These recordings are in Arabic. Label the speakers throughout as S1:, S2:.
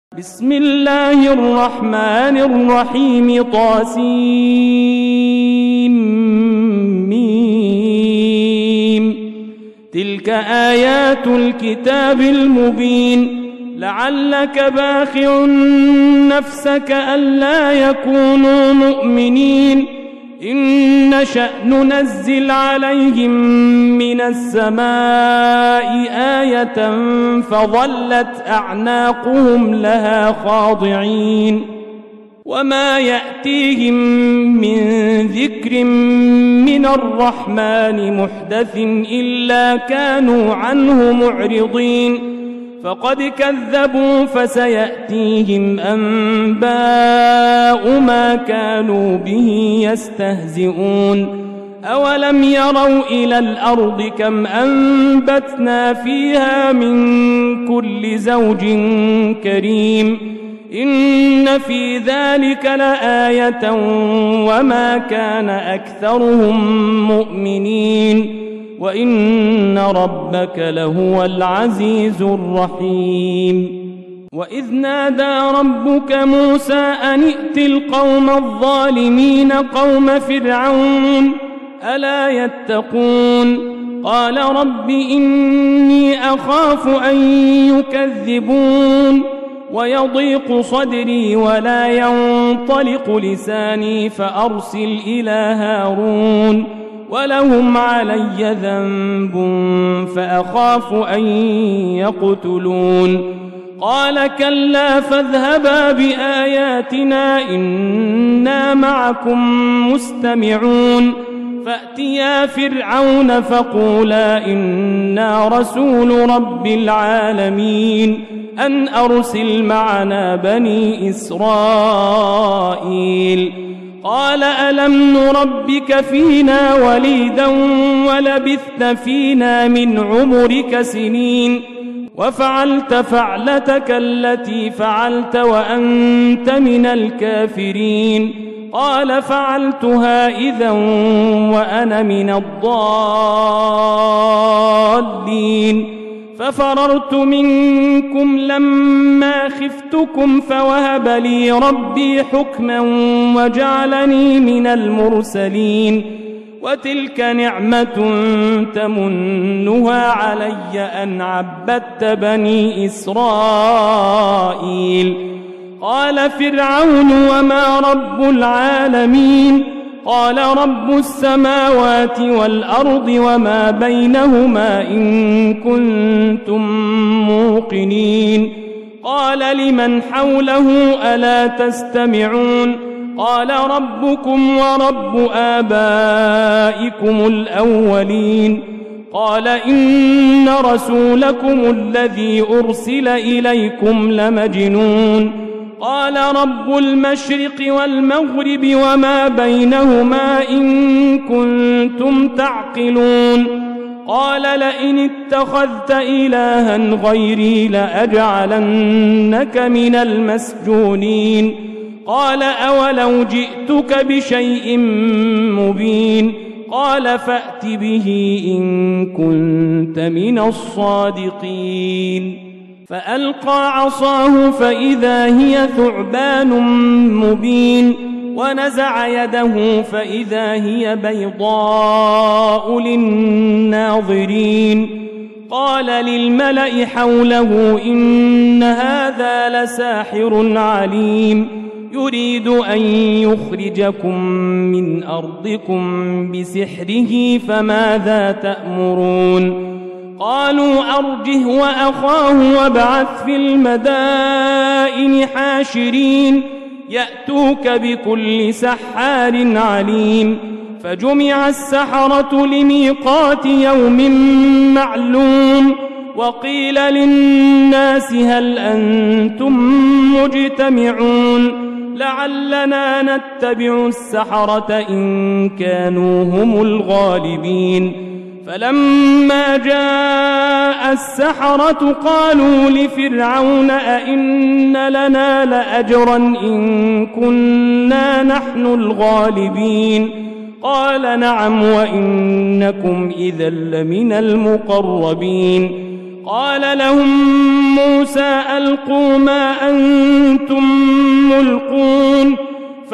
S1: بسم الله الرحمن الرحيم طاسيم تلك آيات الكتاب المبين لعلك باخع نفسك ألا يكونوا مؤمنين إن نشأ ننزل عليهم من السماء آية فظلت أعناقهم لها خاضعين وما يأتيهم من ذكر من الرحمن محدث إلا كانوا عنه معرضين فقد كذبوا فسيأتيهم أنباء ما كانوا به يستهزئون أولم يروا إلى الأرض كم أنبتنا فيها من كل زوج كريم إن في ذلك لآية وما كان أكثرهم مؤمنين وإن ربك لهو العزيز الرحيم وإذ نادى ربك موسى أن ائت القوم الظالمين قوم فرعون ألا يتقون قال رب إني أخاف أن يكذبون ويضيق صدري ولا ينطلق لساني فأرسل إلى هارون ولهم علي ذنب فأخاف أن يقتلون قال كلا فاذهبا بآياتنا إنا معكم مستمعون فأتيا فرعون فقولا إنا رسول رب العالمين أن أرسل معنا بني إسرائيل قال ألم نربك فينا وليدا ولبثت فينا من عمرك سنين وفعلت فعلتك التي فعلت وأنت من الكافرين قال فعلتها إذا وأنا من الضالين ففررت منكم لما خفتكم فوهب لي ربي حكما وجعلني من المرسلين وتلك نعمة تمنها علي أن عبدت بني إسرائيل قال فرعون وما رب العالمين قال رب السماوات والأرض وما بينهما إن كنتم موقنين قال لمن حوله ألا تستمعون قال ربكم ورب آبائكم الأولين قال إن رسولكم الذي أرسل إليكم لمجنون قال رب المشرق والمغرب وما بينهما إن كنتم تعقلون قال لئن اتخذت إلها غيري لأجعلنك من المسجونين قال أولو جئتك بشيء مبين قال فأت به إن كنت من الصادقين فألقى عصاه فإذا هي ثعبان مبين ونزع يده فإذا هي بيضاء للناظرين قال للملأ حوله إن هذا لساحر عليم يريد أن يخرجكم من أرضكم بسحره فماذا تأمرون قالوا أرجه وأخاه وابعث في المدائن حاشرين يأتوك بكل سحار عليم فجمع السحرة لميقات يوم معلوم وقيل للناس هل أنتم مجتمعون لعلنا نتبع السحرة إن كانوا هم الغالبين فلما جاء السحرة قالوا لفرعون أئن لنا لأجرا إن كنا نحن الغالبين قال نعم وإنكم إذا لمن المقربين قال لهم موسى ألقوا ما أنتم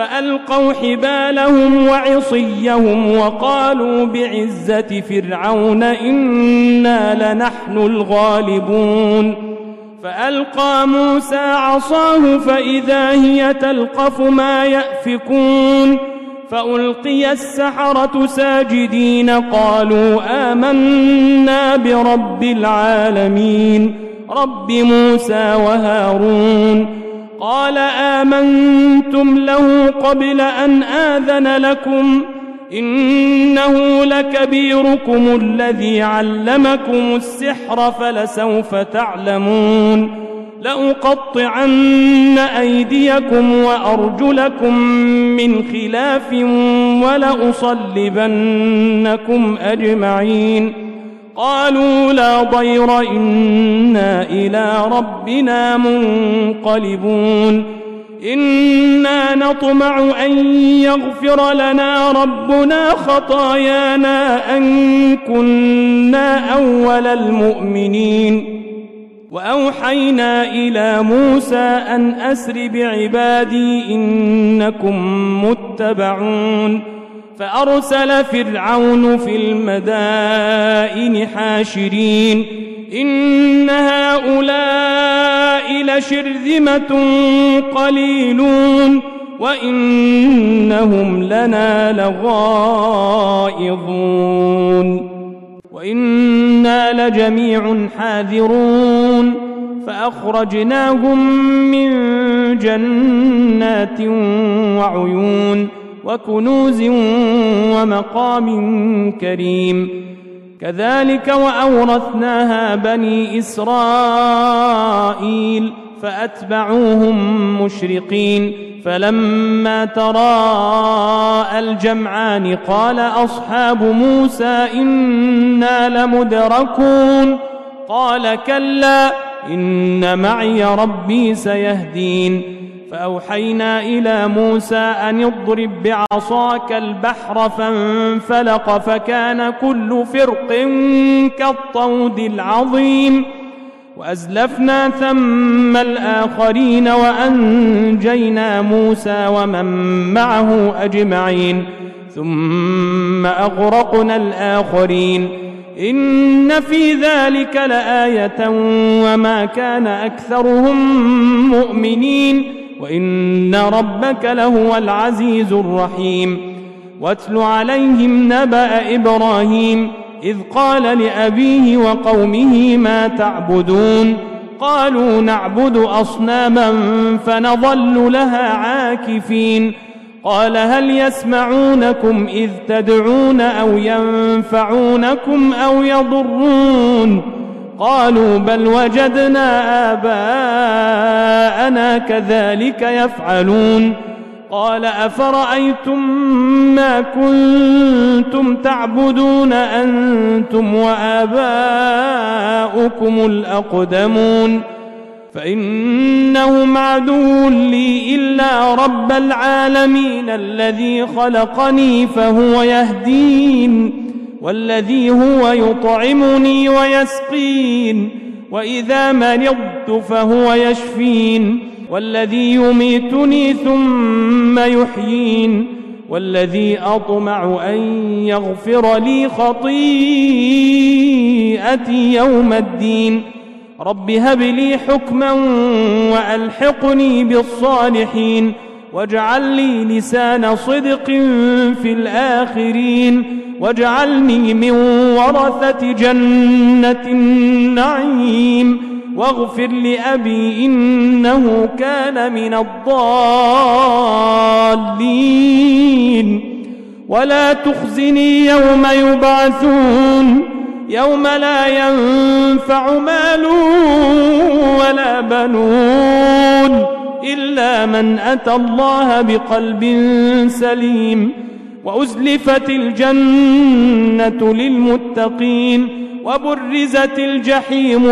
S1: فألقوا حبالهم وعصيهم وقالوا بعزة فرعون إنا لنحن الغالبون فألقى موسى عصاه فإذا هي تلقف ما يأفكون فألقي السحرة ساجدين قالوا آمنا برب العالمين رب موسى وهارون قال آمنتم له قبل أن آذن لكم إنه لكبيركم الذي علمكم السحر فلسوف تعلمون لأقطعن أيديكم وأرجلكم من خلاف ولأصلبنكم أجمعين قالوا لا ضير إنا إلى ربنا منقلبون إنا نطمع أن يغفر لنا ربنا خطايانا أن كنا أول المؤمنين وأوحينا إلى موسى أن أسر بعبادي إنكم متبعون فأرسل فرعون في المدائن حاشرين إن هؤلاء لشرذمة قليلون وإنهم لنا لغائظون وإنا لجميع حاذرون فأخرجناهم من جنات وعيون وكنوز ومقام كريم كذلك وأورثناها بني إسرائيل فأتبعوهم مشرقين فلما تراءى الجمعان قال أصحاب موسى إنا لمدركون قال كلا إن معي ربي سيهدين فأوحينا إلى موسى أن اضرب بعصاك البحر فانفلق فكان كل فرق كالطود العظيم وأزلفنا ثم الآخرين وأنجينا موسى ومن معه أجمعين ثم أغرقنا الآخرين إن في ذلك لآية وما كان أكثرهم مؤمنين وإن ربك لهو العزيز الرحيم واتل عليهم نبأ إبراهيم إذ قال لأبيه وقومه ما تعبدون قالوا نعبد أصناما فنظل لها عاكفين قال هل يسمعونكم إذ تدعون أو ينفعونكم أو يضرون قالوا بل وجدنا آباءنا كذلك يفعلون قال أفرأيتم ما كنتم تعبدون أنتم وآباؤكم الأقدمون فإنهم عدو لي إلا رب العالمين الذي خلقني فهو يهدين والذي هو يطعمني ويسقين وإذا مرضت فهو يشفين والذي يميتني ثم يحيين والذي أطمع أن يغفر لي خطيئتي يوم الدين رب هب لي حكما وألحقني بالصالحين واجعل لي لسان صدق في الآخرين واجعلني من ورثة جنة النعيم واغفر لأبي إنه كان من الضالين ولا تخزني يوم يبعثون يوم لا ينفع مال ولا بنون إلا من أتى الله بقلب سليم وأزلفت الجنة للمتقين وبرزت الجحيم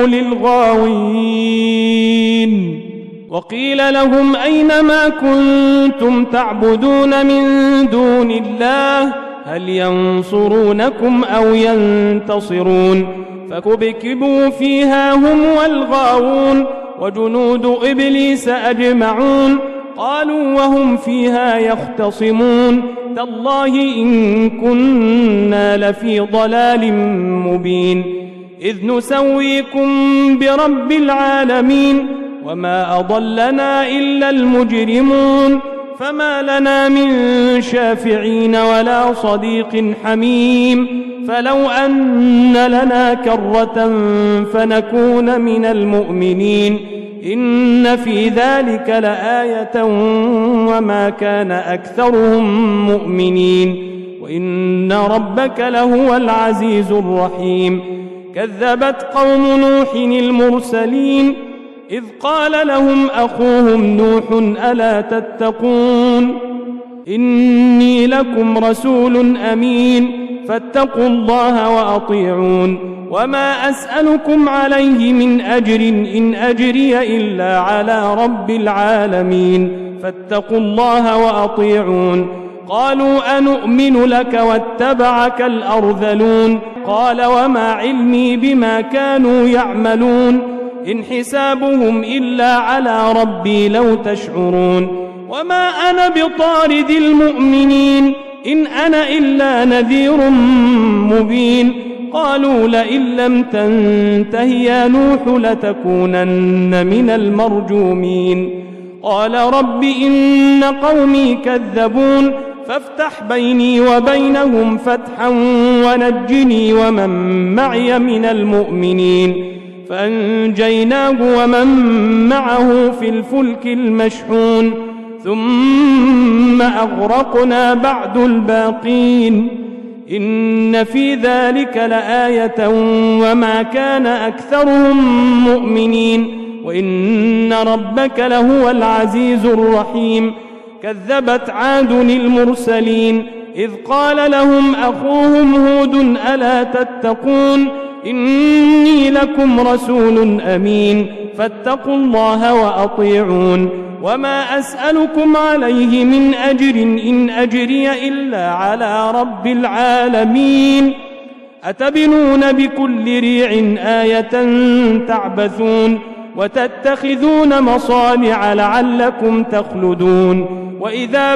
S1: للغاوين وقيل لهم أين ما كنتم تعبدون من دون الله هل ينصرونكم أو ينتصرون فكبكبوا فيها هم والغاوون وجنود إبليس أجمعون قالوا وهم فيها يختصمون تالله إن كنا لفي ضلال مبين إذ نسويكم برب العالمين وما أضلنا إلا المجرمون فما لنا من شافعين ولا صديق حميم فلو أن لنا كرة فنكون من المؤمنين إن في ذلك لآية وما كان أكثرهم مؤمنين وإن ربك لهو العزيز الرحيم كذبت قوم نوح المرسلين إذ قال لهم أخوهم نوح ألا تتقون إني لكم رسول أمين فاتقوا الله وأطيعون وما أسألكم عليه من أجر إن أجري إلا على رب العالمين فاتقوا الله وأطيعون قالوا أنؤمن لك واتبعك الأرذلون قال وما علمي بما كانوا يعملون إن حسابهم إلا على ربي لو تشعرون وما أنا بطارد المؤمنين إن أنا إلا نذير مبين قالوا لئن لم تنته يا نوح لتكونن من المرجومين قال رب إن قومي كذبون فافتح بيني وبينهم فتحا ونجني ومن معي من المؤمنين فأنجيناه ومن معه في الفلك المشحون ثم أغرقنا بعد الباقين إن في ذلك لآية وما كان أكثرهم مؤمنين وإن ربك لهو العزيز الرحيم كذبت عاد المرسلين إذ قال لهم أخوهم هود ألا تتقون إني لكم رسول أمين فاتقوا الله وأطيعون وما أسألكم عليه من أجر إن أجري إلا على رب العالمين أتبنون بكل ريع آية تعبثون وتتخذون مصانع لعلكم تخلدون وإذا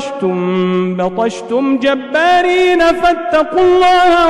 S1: بطشتم جبارين فاتقوا الله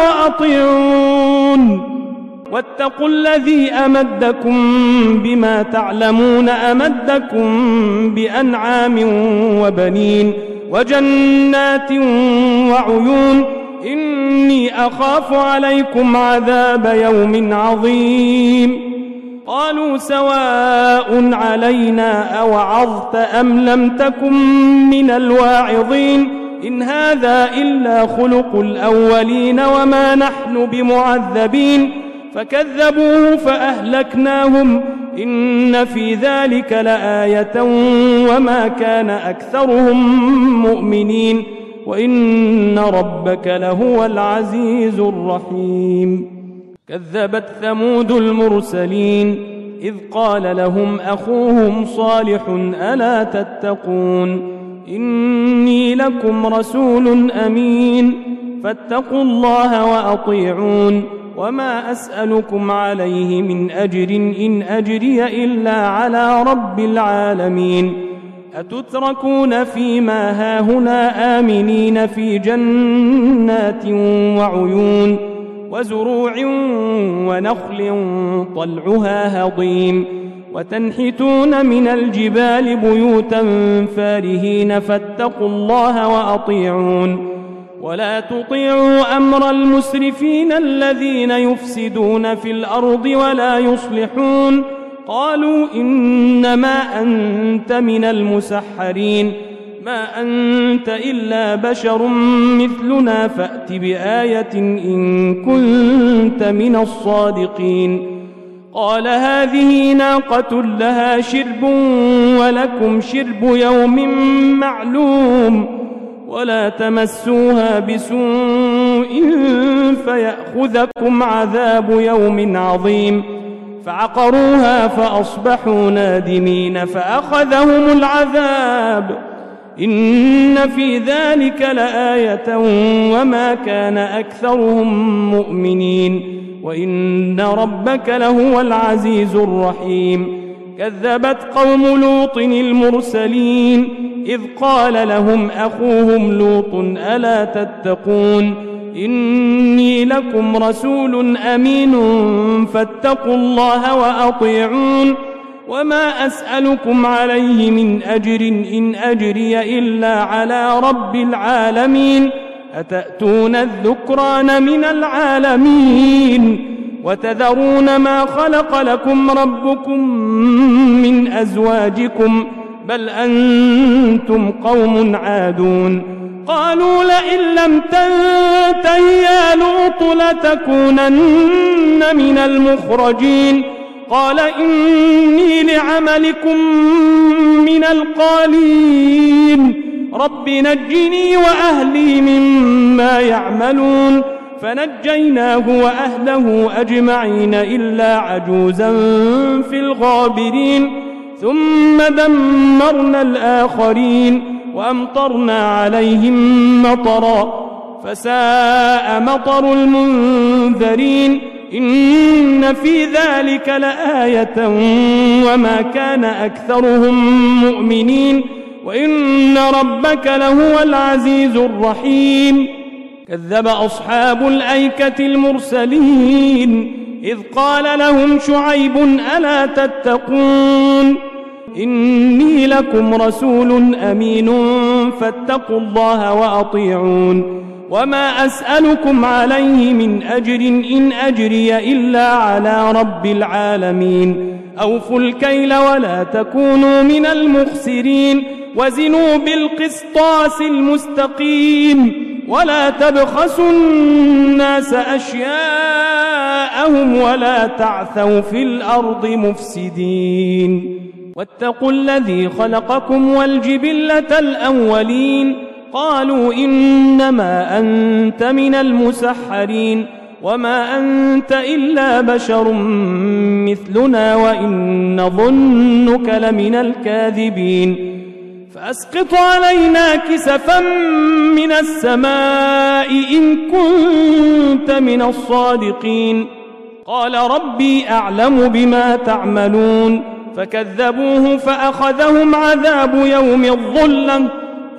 S1: وأطيعون واتقوا الذي أمدكم بما تعلمون أمدكم بأنعام وبنين وجنات وعيون إني أخاف عليكم عذاب يوم عظيم قالوا سواء علينا أوعظت أم لم تكن من الواعظين إن هذا إلا خلق الأولين وما نحن بمعذبين فكذبوه فأهلكناهم إن في ذلك لآية وما كان أكثرهم مؤمنين وإن ربك لهو العزيز الرحيم كذبت ثمود المرسلين إذ قال لهم أخوهم صالح ألا تتقون إني لكم رسول أمين فاتقوا الله وأطيعون وما أسألكم عليه من أجر إن أجري إلا على رب العالمين أتتركون فيما هاهنا آمنين في جنات وعيون وزروع ونخل طلعها هضيم وتنحتون من الجبال بيوتا فارهين فاتقوا الله وأطيعون ولا تطيعوا أمر المسرفين الذين يفسدون في الأرض ولا يصلحون قالوا إنما أنت من المسحرين ما أنت إلا بشر مثلنا فأت بآية إن كنت من الصادقين قال هذه ناقة لها شرب ولكم شرب يوم معلوم ولا تمسوها بسوء فيأخذكم عذاب يوم عظيم فعقروها فأصبحوا نادمين فأخذهم العذاب إن في ذلك لآية وما كان أكثرهم مؤمنين وإن ربك لهو العزيز الرحيم كذبت قوم لوط المرسلين إذ قال لهم أخوهم لوط ألا تتقون إني لكم رسول أمين فاتقوا الله وأطيعون وما أسألكم عليه من أجر إن أجري إلا على رب العالمين أتأتون الذكران من العالمين وتذرون ما خلق لكم ربكم من أزواجكم بل أنتم قوم عادون قالوا لئن لم تنته يا لوط لتكونن من المخرجين قال إني لعملكم من القالين رب نجني وأهلي مما يعملون فنجيناه وأهله أجمعين إلا عجوزا في الغابرين ثم دمرنا الآخرين وأمطرنا عليهم مطرا فساء مطر المنذرين إن في ذلك لآية وما كان أكثرهم مؤمنين وإن ربك لهو العزيز الرحيم كذب أصحاب الأيكة المرسلين إذ قال لهم شعيب ألا تتقون إني لكم رسول أمين فاتقوا الله وأطيعون وما أسألكم عليه من أجر إن أجري إلا على رب العالمين أوفوا الكيل ولا تكونوا من المخسرين وزنوا بالقسطاس المستقيم ولا تبخسوا الناس أشياءهم ولا تعثوا في الأرض مفسدين واتقوا الذي خلقكم والجبلة الأولين قالوا إنما أنت من المسحرين وما أنت إلا بشر مثلنا وإن نظنك لمن الكاذبين فأسقط علينا كسفا من السماء إن كنت من الصادقين قال ربي أعلم بما تعملون فكذبوه فأخذهم عذاب يوم الظلة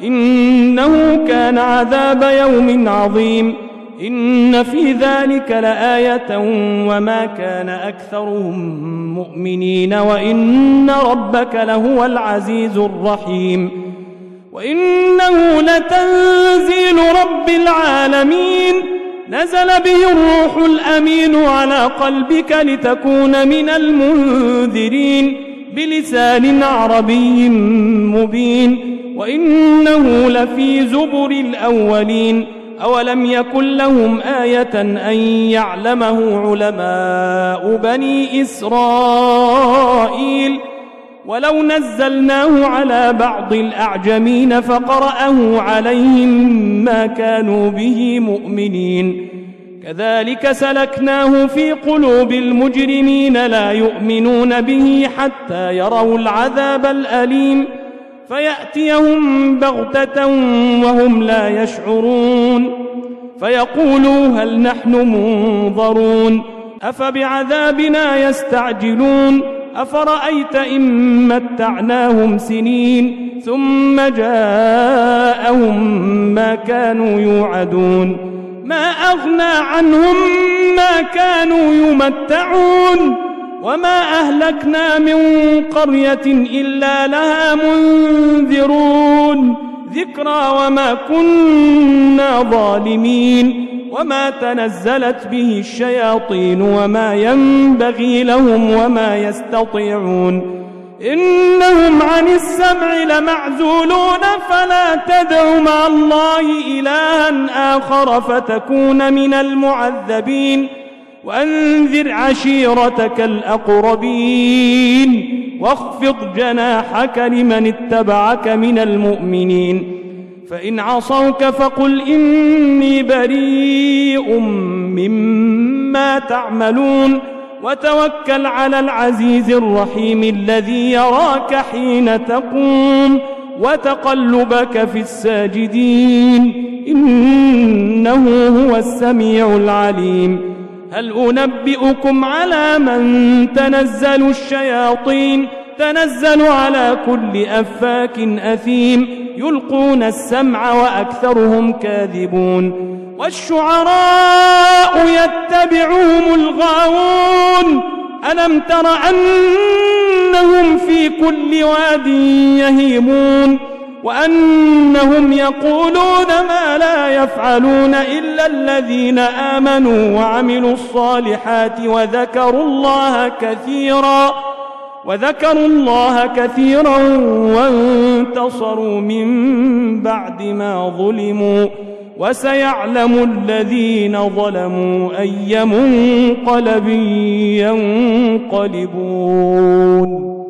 S1: إنه كان عذاب يوم عظيم إن في ذلك لآية وما كان أكثرهم مؤمنين وإن ربك لهو العزيز الرحيم وإنه لتنزيل رب العالمين نزل به الروح الأمين على قلبك لتكون من المنذرين بلسان عربي مبين وإنه لفي زبر الأولين أولم يكن لهم آية أن يعلمه علماء بني إسرائيل ولو نزلناه على بعض الأعجمين فقرأه عليهم ما كانوا به مؤمنين كذلك سلكناه في قلوب المجرمين لا يؤمنون به حتى يروا العذاب الأليم فيأتيهم بغتة وهم لا يشعرون فيقولوا هل نحن منظرون أفبعذابنا يستعجلون أفرأيت إن متعناهم سنين ثم جاءهم ما كانوا يوعدون ما أغنى عنهم ما كانوا يمتعون وما أهلكنا من قرية إلا لها منذرون ذكرى وما كنا ظالمين وما تنزلت به الشياطين وما ينبغي لهم وما يستطيعون إنهم عن السمع لمعزولون فلا تدع مع الله إلها آخر فتكون من المعذبين وأنذر عشيرتك الأقربين واخفض جناحك لمن اتبعك من المؤمنين فإن عصوك فقل إني بريء مما تعملون وتوكل على العزيز الرحيم الذي يراك حين تقوم وتقلبك في الساجدين إنه هو السميع العليم هل أنبئكم على من تنزل الشياطين تنزل على كل أفاك أثيم يلقون السمع وأكثرهم كاذبون والشعراء يتبعهم الغاوون ألم تر أنهم في كل واد يهيمون وأنهم يقولون ما لا يفعلون إلا الذين آمنوا وعملوا الصالحات وذكروا الله كثيرا وانتصروا من بعد ما ظلموا وسيعلم الذين ظلموا أي منقلب ينقلبون.